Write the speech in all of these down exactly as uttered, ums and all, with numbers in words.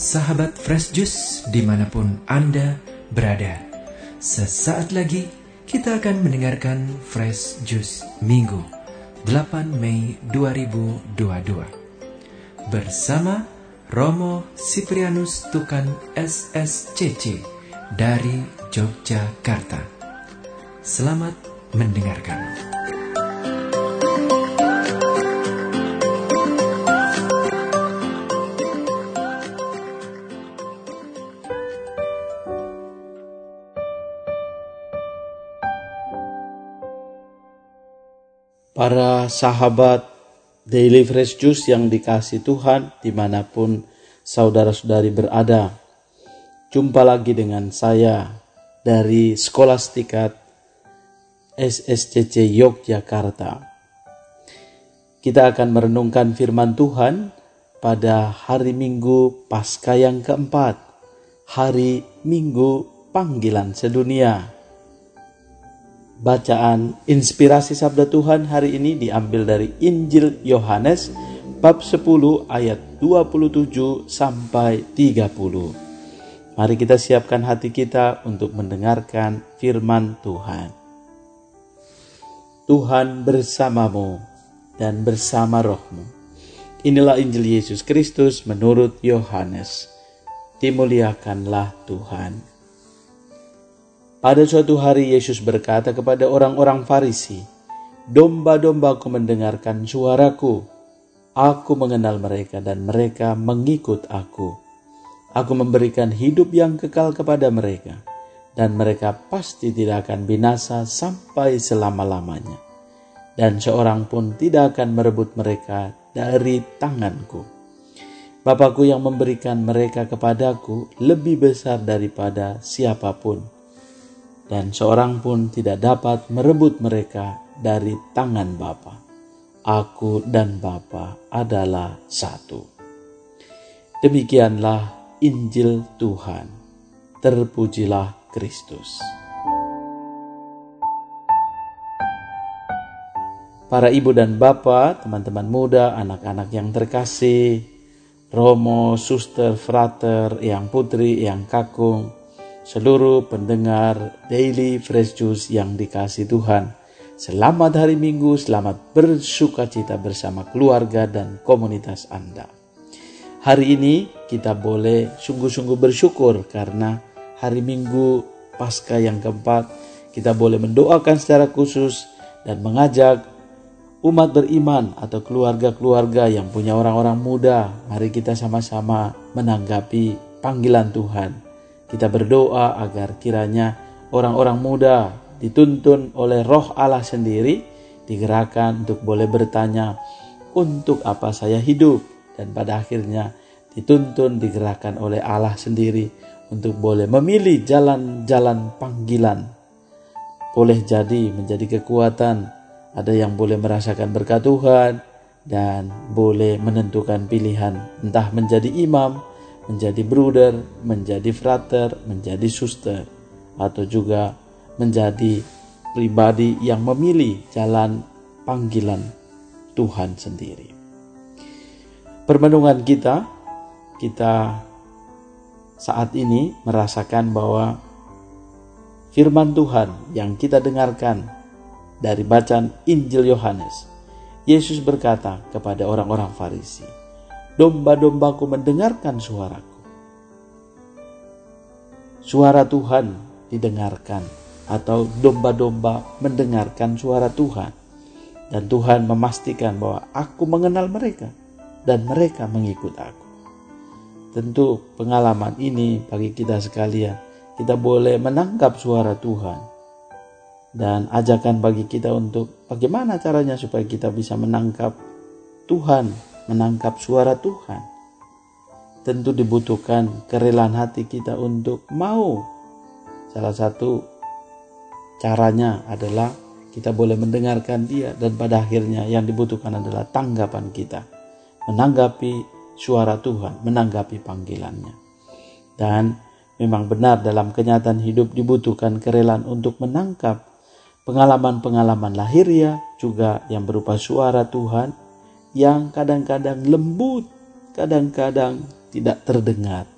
sahabat Fresh Juice dimanapun Anda berada. Sesaat lagi kita akan mendengarkan Fresh Juice Minggu delapan Mei dua ribu dua puluh dua bersama Romo Siprianus Tukan S S C C dari Yogyakarta. Selamat mendengarkan. Para sahabat Daily Fresh Juice yang dikasihi Tuhan dimanapun saudara-saudari berada, jumpa lagi dengan saya dari Skolastikat S S C C Yogyakarta. Kita akan merenungkan firman Tuhan pada hari Minggu Paskah yang keempat, hari Minggu panggilan sedunia. Bacaan inspirasi sabda Tuhan hari ini diambil dari Injil Yohanes bab sepuluh ayat dua puluh tujuh sampai tiga puluh. Mari kita siapkan hati kita untuk mendengarkan firman Tuhan. Tuhan bersamamu dan bersama rohmu. Inilah Injil Yesus Kristus menurut Yohanes. Dimuliakanlah Tuhan. Pada suatu hari Yesus berkata kepada orang-orang Farisi, "Domba-dombaku mendengarkan suaraku. Aku mengenal mereka dan mereka mengikut aku. Aku memberikan hidup yang kekal kepada mereka, dan mereka pasti tidak akan binasa sampai selama-lamanya. Dan seorang pun tidak akan merebut mereka dari tanganku. Bapakku yang memberikan mereka kepadaku lebih besar daripada siapapun. Dan seorang pun tidak dapat merebut mereka dari tangan Bapa. Aku dan Bapa adalah satu." Demikianlah Injil Tuhan. Terpujilah Kristus. Para ibu dan bapak, teman-teman muda, anak-anak yang terkasih, Romo, suster, frater, yang putri, yang kakung, seluruh pendengar Daily Fresh Juice yang dikasihi Tuhan, selamat hari Minggu, selamat bersukacita bersama keluarga dan komunitas Anda. Hari ini kita boleh sungguh-sungguh bersyukur karena hari Minggu Paskah yang keempat, kita boleh mendoakan secara khusus dan mengajak umat beriman atau keluarga-keluarga yang punya orang-orang muda, mari kita sama-sama menanggapi panggilan Tuhan. Kita berdoa agar kiranya orang-orang muda dituntun oleh Roh Allah sendiri, digerakkan untuk boleh bertanya, untuk apa saya hidup? Dan pada akhirnya dituntun, digerakkan oleh Allah sendiri untuk boleh memilih jalan-jalan panggilan. Boleh jadi menjadi kekuatan, ada yang boleh merasakan berkat Tuhan dan boleh menentukan pilihan, entah menjadi imam, menjadi bruder, menjadi frater, menjadi suster, atau juga menjadi pribadi yang memilih jalan panggilan Tuhan sendiri. Permenungan kita, kita saat ini merasakan bahwa firman Tuhan yang kita dengarkan dari bacaan Injil Yohanes, Yesus berkata kepada orang-orang Farisi, "Domba-dombaku mendengarkan suaraku." Suara Tuhan didengarkan, atau domba-domba mendengarkan suara Tuhan. Dan Tuhan memastikan bahwa aku mengenal mereka dan mereka mengikut aku. Tentu pengalaman ini bagi kita sekalian, kita boleh menangkap suara Tuhan. Dan ajakan bagi kita untuk bagaimana caranya supaya kita bisa menangkap Tuhan, menangkap suara Tuhan. Tentu dibutuhkan kerelaan hati kita untuk mau. Salah satu caranya adalah kita boleh mendengarkan Dia, dan pada akhirnya yang dibutuhkan adalah tanggapan kita, menanggapi suara Tuhan, menanggapi panggilannya. Dan memang benar dalam kenyataan hidup dibutuhkan kerelaan untuk menangkap pengalaman-pengalaman lahiriah juga yang berupa suara Tuhan yang kadang-kadang lembut, kadang-kadang tidak terdengar.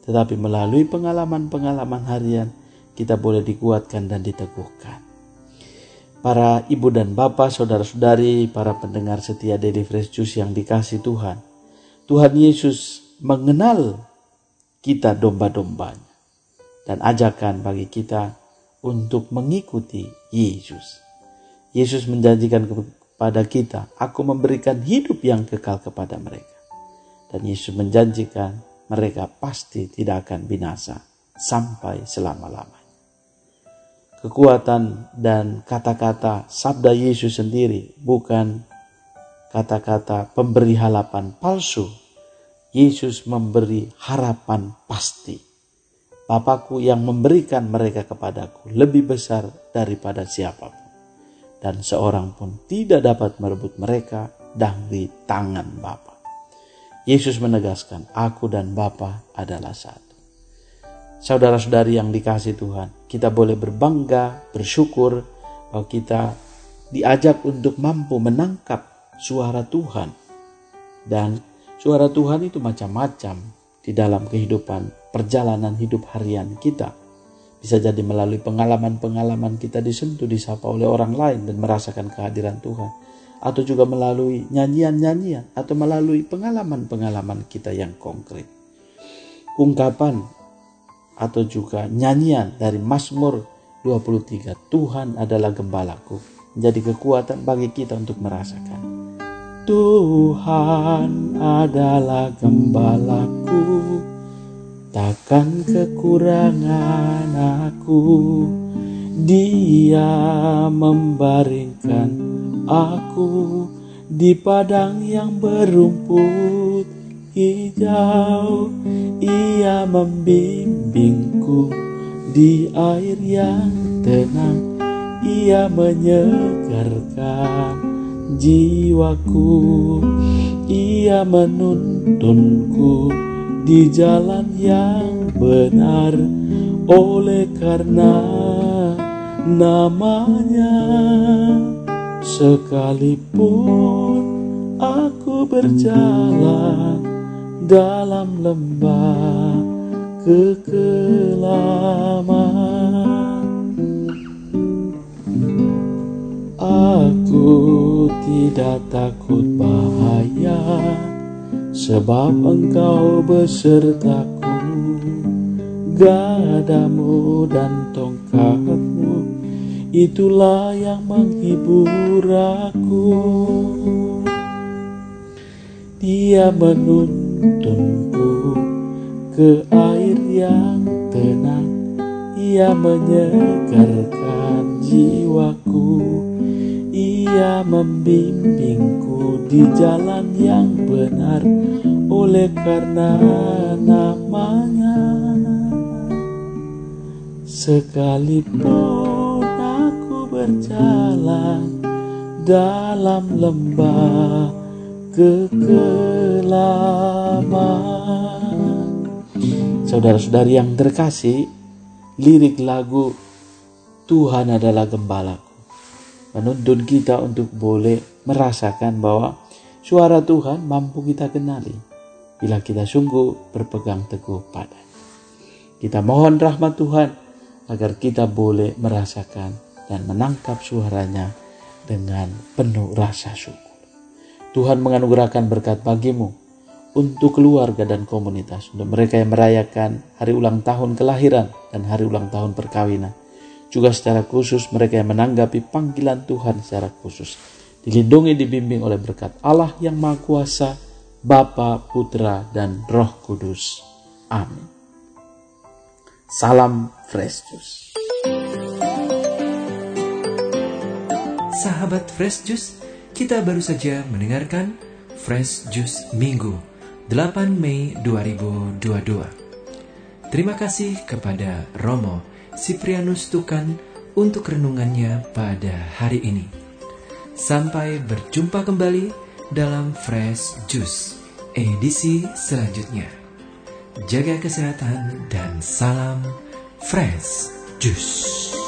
tetapi melalui pengalaman-pengalaman harian kita boleh dikuatkan dan diteguhkan. Para ibu dan bapak, saudara-saudari, para pendengar setia Daily Fresh Juice yang dikasihi Tuhan, Tuhan Yesus mengenal kita domba-dombanya dan ajakan bagi kita untuk mengikuti Yesus. Yesus menjanjikan kepada kita, aku memberikan hidup yang kekal kepada mereka. Dan Yesus menjanjikan mereka pasti tidak akan binasa sampai selama-lamanya. Kekuatan dan kata-kata sabda Yesus sendiri bukan kata-kata pemberi harapan palsu. Yesus memberi harapan pasti. Bapakku yang memberikan mereka kepadaku lebih besar daripada siapapun. Dan seorang pun tidak dapat merebut mereka dari tangan Bapa. Yesus menegaskan, aku dan Bapa adalah satu. Saudara-saudari yang dikasihi Tuhan, kita boleh berbangga, bersyukur bahwa kita diajak untuk mampu menangkap suara Tuhan. Dan suara Tuhan itu macam-macam di dalam kehidupan perjalanan hidup harian kita. Bisa jadi melalui pengalaman-pengalaman kita disentuh, disapa oleh orang lain dan merasakan kehadiran Tuhan. Atau juga melalui nyanyian-nyanyian atau melalui pengalaman-pengalaman kita yang konkret. Ungkapan atau juga nyanyian dari Mazmur dua puluh tiga, Tuhan adalah gembalaku, menjadi kekuatan bagi kita untuk merasakan. Tuhan adalah gembalaku, takkan kekurangan aku. Dia membaringkan aku di padang yang berumput hijau. Ia membimbingku di air yang tenang. Ia menyegarkan jiwaku. Ia menuntunku di jalan yang benar, oleh karena namanya. Sekalipun aku berjalan dalam lembah kekelaman, aku tidak takut bahaya, sebab Engkau besertaku. Gadamu dan tongkatmu, itulah yang menghibur aku. Dia menuntunku ke air yang tenang. Ia menyegarkan jiwaku. Ia membimbingku di jalan yang benar, oleh karena namanya. Sekalipun aku berjalan dalam lembah kekelaman. Saudara-saudari yang terkasih, lirik lagu Tuhan adalah gembalaku menuntun kita untuk boleh merasakan bahwa suara Tuhan mampu kita kenali bila kita sungguh berpegang teguh padanya. Kita mohon rahmat Tuhan agar kita boleh merasakan dan menangkap suaranya dengan penuh rasa syukur. Tuhan menganugerahkan berkat bagimu untuk keluarga dan komunitas, untuk mereka yang merayakan hari ulang tahun kelahiran dan hari ulang tahun perkawinan. Juga secara khusus mereka yang menanggapi panggilan Tuhan secara khusus. Dilindungi, dibimbing oleh berkat Allah yang Maha Kuasa, Bapa, Putra, dan Roh Kudus. Amin. Salam Fresh Juice. Sahabat Fresh Juice, kita baru saja mendengarkan Fresh Juice Minggu delapan Mei dua ribu dua puluh dua. Terima kasih kepada Romo Siprianus Tukan untuk renungannya pada hari ini. Sampai berjumpa kembali dalam Fresh Juice edisi selanjutnya. Jaga kesehatan dan salam Fresh Juice.